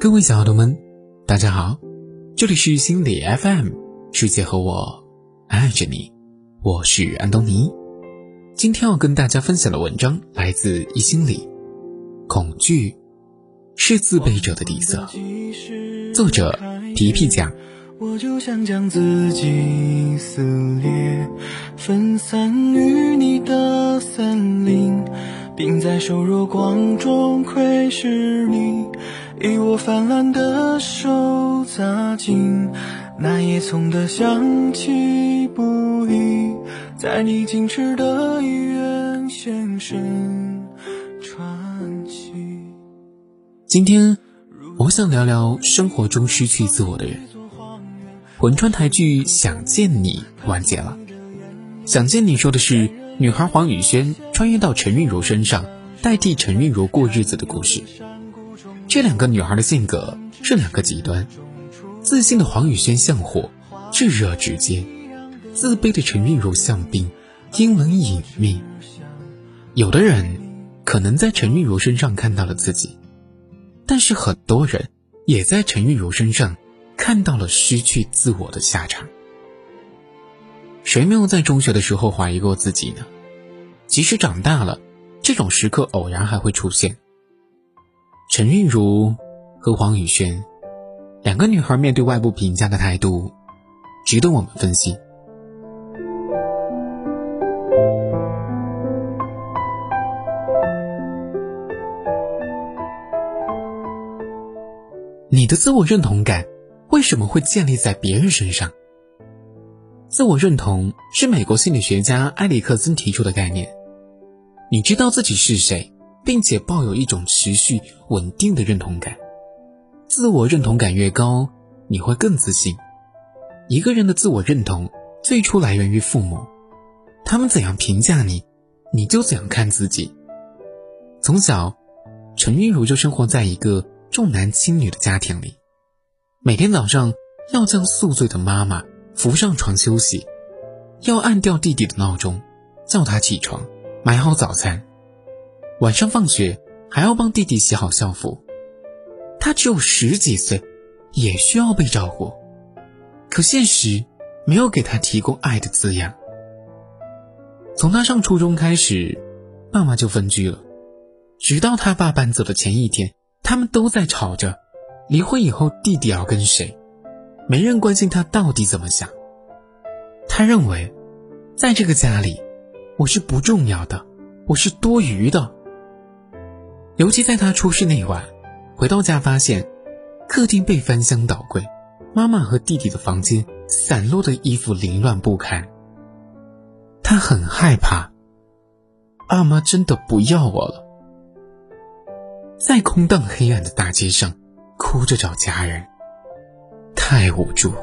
各位小耳朵们，大家好，这里是心理 FM， 世界和我爱着你，我是安东尼。今天要跟大家分享的文章来自一心理，恐惧是自卑者的底色，作者皮皮酱。 我就想将自己撕裂，分散于你的森林，并在瘦弱光中窥视你，以我泛滥的手扎进那叶葱的香气不已，在你矜持的医院现身传奇。 今天我想聊聊生活中失去自我的人。魂穿台剧《想见你》完结了。想见你说的是女孩黄雨萱穿越到陈韵如身上，代替陈韵如过日子的故事。这两个女孩的性格是两个极端，自信的黄雨萱像火，炙热直接；自卑的陈韵如像冰，阴冷隐秘。有的人可能在陈韵如身上看到了自己，但是很多人也在陈韵如身上看到了失去自我的下场。谁没有在中学的时候怀疑过自己呢？即使长大了，这种时刻偶然还会出现。陈韵如和黄雨萱两个女孩面对外部评价的态度值得我们分析。你的自我认同感为什么会建立在别人身上？自我认同是美国心理学家埃里克森提出的概念。你知道自己是谁，并且抱有一种持续稳定的认同感。自我认同感越高，你会更自信。一个人的自我认同最初来源于父母，他们怎样评价你，你就怎样看自己。从小，陈韵如就生活在一个重男轻女的家庭里，每天早上要将宿醉的妈妈扶上床休息，要按掉弟弟的闹钟，叫他起床，买好早餐。晚上放学还要帮弟弟洗好校服。他只有10几岁，也需要被照顾，可现实没有给他提供爱的滋养。从他上初中开始，爸妈就分居了，直到他爸搬走的前一天，他们都在吵着离婚以后弟弟要跟谁，没人关心他到底怎么想。他认为在这个家里我是不重要的，我是多余的。尤其在他出事那晚，回到家发现客厅被翻箱倒柜，妈妈和弟弟的房间散落的衣服凌乱不堪。他很害怕，爸妈真的不要我了。在空荡黑暗的大街上哭着找家人，太无助。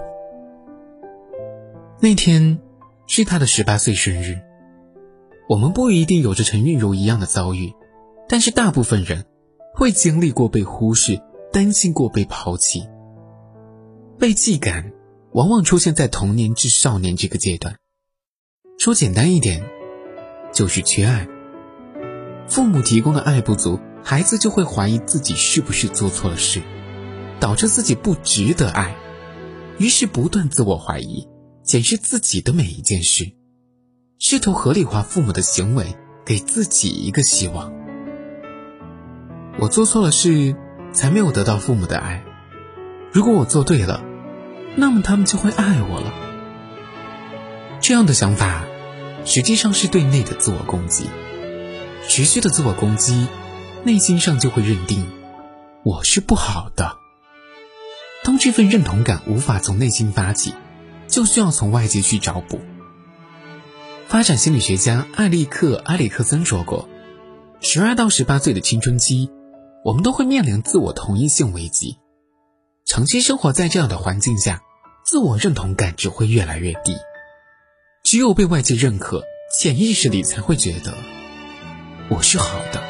那天是他的18岁生日。我们不一定有着陈韵如一样的遭遇，但是大部分人会经历过被忽视，担心过被抛弃。被忌感往往出现在童年至少年这个阶段。说简单一点，就是缺爱。父母提供的爱不足，孩子就会怀疑自己是不是做错了事，导致自己不值得爱，于是不断自我怀疑，检视自己的每一件事，试图合理化父母的行为，给自己一个希望。我做错了事，才没有得到父母的爱。如果我做对了，那么他们就会爱我了。这样的想法实际上是对内的自我攻击。持续的自我攻击，内心上就会认定我是不好的。当这份认同感无法从内心发起，就需要从外界去找补。发展心理学家埃里克森说过，12到18岁的青春期，我们都会面临自我同一性危机。长期生活在这样的环境下，自我认同感只会越来越低。只有被外界认可，潜意识里才会觉得我是好的。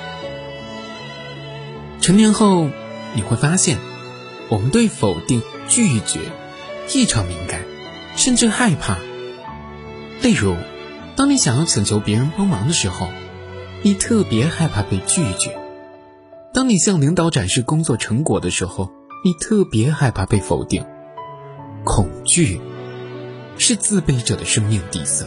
成年后，你会发现，我们对否定、拒绝异常敏感，甚至害怕。例如，当你想要请求别人帮忙的时候，你特别害怕被拒绝。当你向领导展示工作成果的时候， 你特别害怕被否定。恐惧是自卑者的生命底色。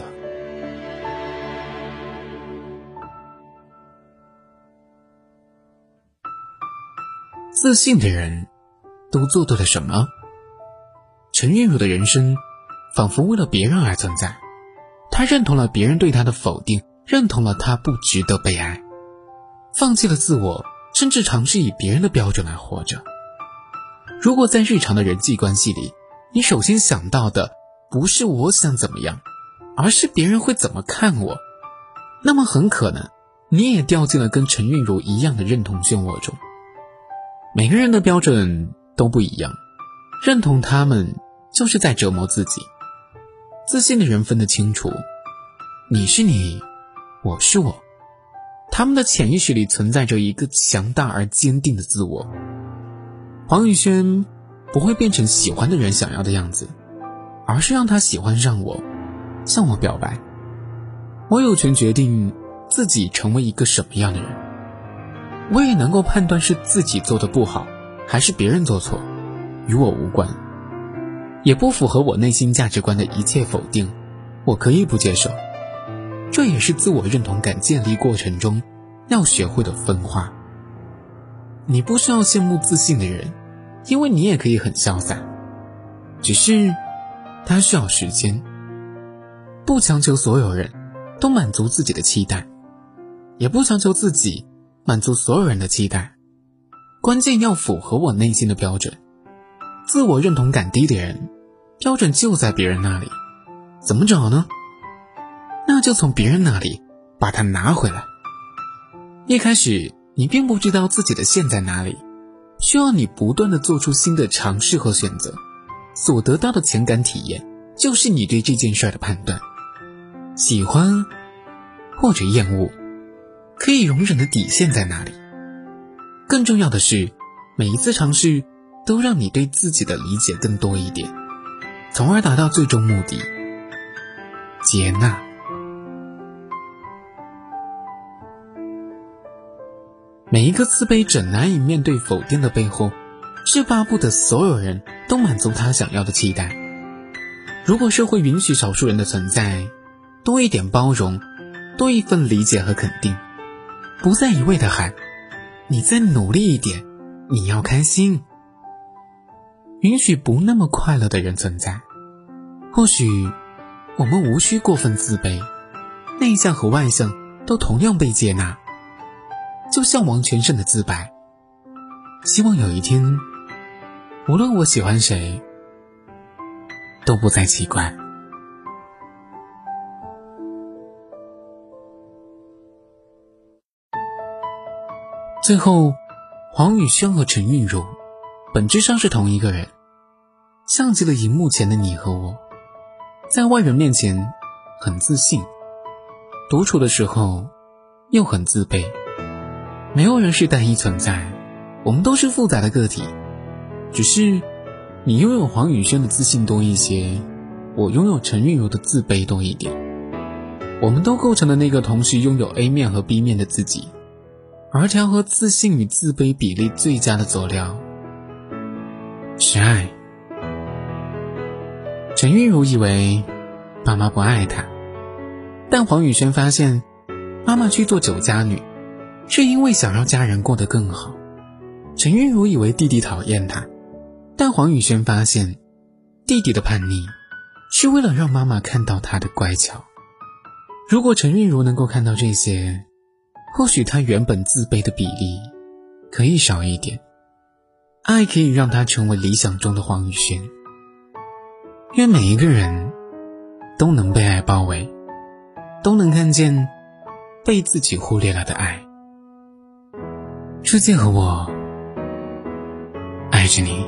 自信的人都做对了什么？陈韵如的人生仿佛为了别人而存在，他认同了别人对他的否定，认同了他不值得被爱，放弃了自我，甚至尝试以别人的标准来活着。如果在日常的人际关系里，你首先想到的不是我想怎么样，而是别人会怎么看我，那么很可能你也掉进了跟陈韵如一样的认同漩涡中。每个人的标准都不一样，认同他们就是在折磨自己。自信的人分得清楚，你是你，我是我，他们的潜意识里存在着一个强大而坚定的自我。黄宇轩不会变成喜欢的人想要的样子，而是让他喜欢上我，向我表白。我有权决定自己成为一个什么样的人，我也能够判断是自己做的不好，还是别人做错，与我无关。也不符合我内心价值观的一切否定，我可以不接受。这也是自我认同感建立过程中要学会的分化。你不需要羡慕自信的人，因为你也可以很潇洒，只是它需要时间。不强求所有人都满足自己的期待，也不强求自己满足所有人的期待，关键要符合我内心的标准。自我认同感低的人，标准就在别人那里，怎么找呢？那就从别人那里把它拿回来。一开始你并不知道自己的线在哪里，需要你不断地做出新的尝试和选择，所得到的情感体验就是你对这件事的判断。喜欢或者厌恶，可以容忍的底线在哪里？更重要的是，每一次尝试都让你对自己的理解更多一点，从而达到最终目的：接纳。每一个自卑者难以面对否定的背后，是巴不得所有人都满足他想要的期待。如果社会允许少数人的存在，多一点包容，多一份理解和肯定，不再一味地喊你再努力一点，你要开心，允许不那么快乐的人存在，或许我们无需过分自卑，内向和外向都同样被接纳。就像王全胜的自白，希望有一天，无论我喜欢谁，都不再奇怪。最后，黄宇轩和陈韵如本质上是同一个人，像极了荧幕前的你和我，在外人面前很自信，独处的时候又很自卑。没有人是单一存在，我们都是复杂的个体，只是你拥有黄宇轩的自信多一些，我拥有陈韵如的自卑多一点。我们都构成了那个同时拥有 A 面和 B 面的自己，而调和自信与自卑比例最佳的佐料是爱。陈韵如以为爸妈不爱她，但黄宇轩发现妈妈去做酒家女是因为想让家人过得更好。陈韵如以为弟弟讨厌她，但黄宇轩发现弟弟的叛逆是为了让妈妈看到他的乖巧。如果陈韵如能够看到这些，或许她原本自卑的比例可以少一点，爱可以让她成为理想中的黄宇轩。愿每一个人都能被爱包围，都能看见被自己忽略了的爱。世界和我爱着你。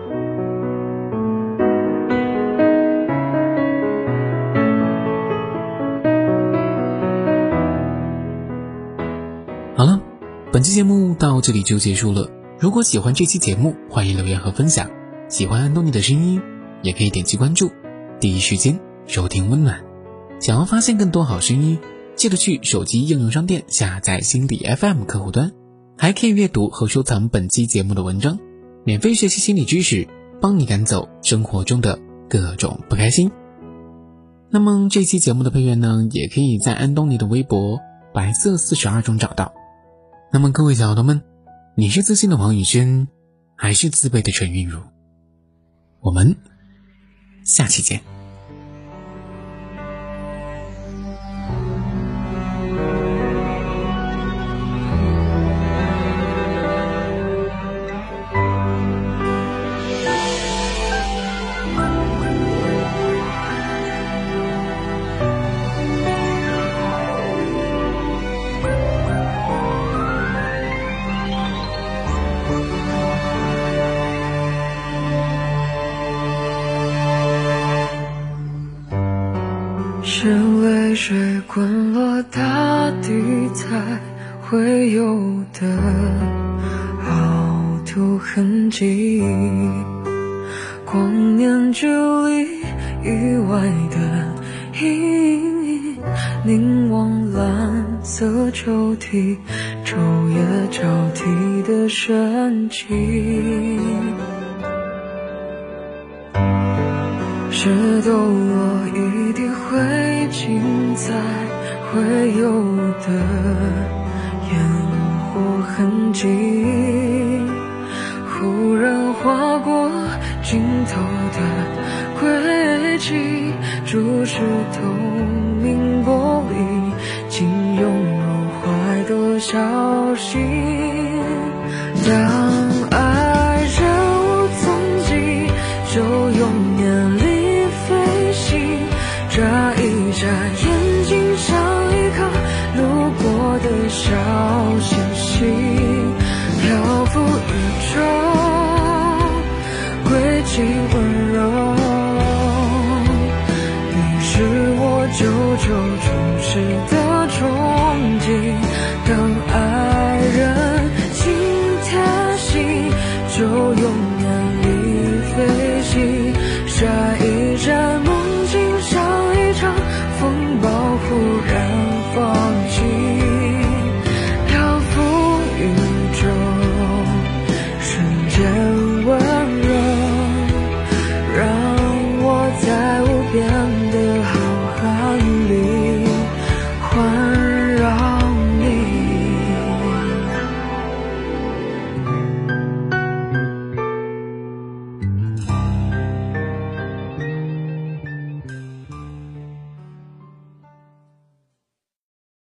好了，本期节目到这里就结束了。如果喜欢这期节目，欢迎留言和分享。喜欢安东尼的声音，也可以点击关注，第一时间收听温暖。想要发现更多好声音，记得去手机应用商店下载心理 FM 客户端，还可以阅读和收藏本期节目的文章。 免费学习心理知识，帮你赶走生活中的各种不开心。那么这期节目的配乐呢，也可以在安东尼的微博白色42中找到。那么各位小耳朵们，你是自信的黄宇轩，还是自卑的陈韵如？我们下期见。 是泪水滚落大地才会有的凹凸痕迹，光年距离以外的阴影，凝望蓝色抽屉，昼夜交替的神奇，是抖落一地灰烬才会有的烟火痕迹，忽然划过尽头的轨迹，注视透明玻璃，竟涌入怀的消息。当爱人无踪迹，就用眼里飞行，眨一眨眼睛，像一颗路过的小星星，漂浮宇宙，轨迹温柔，你是我久久注视的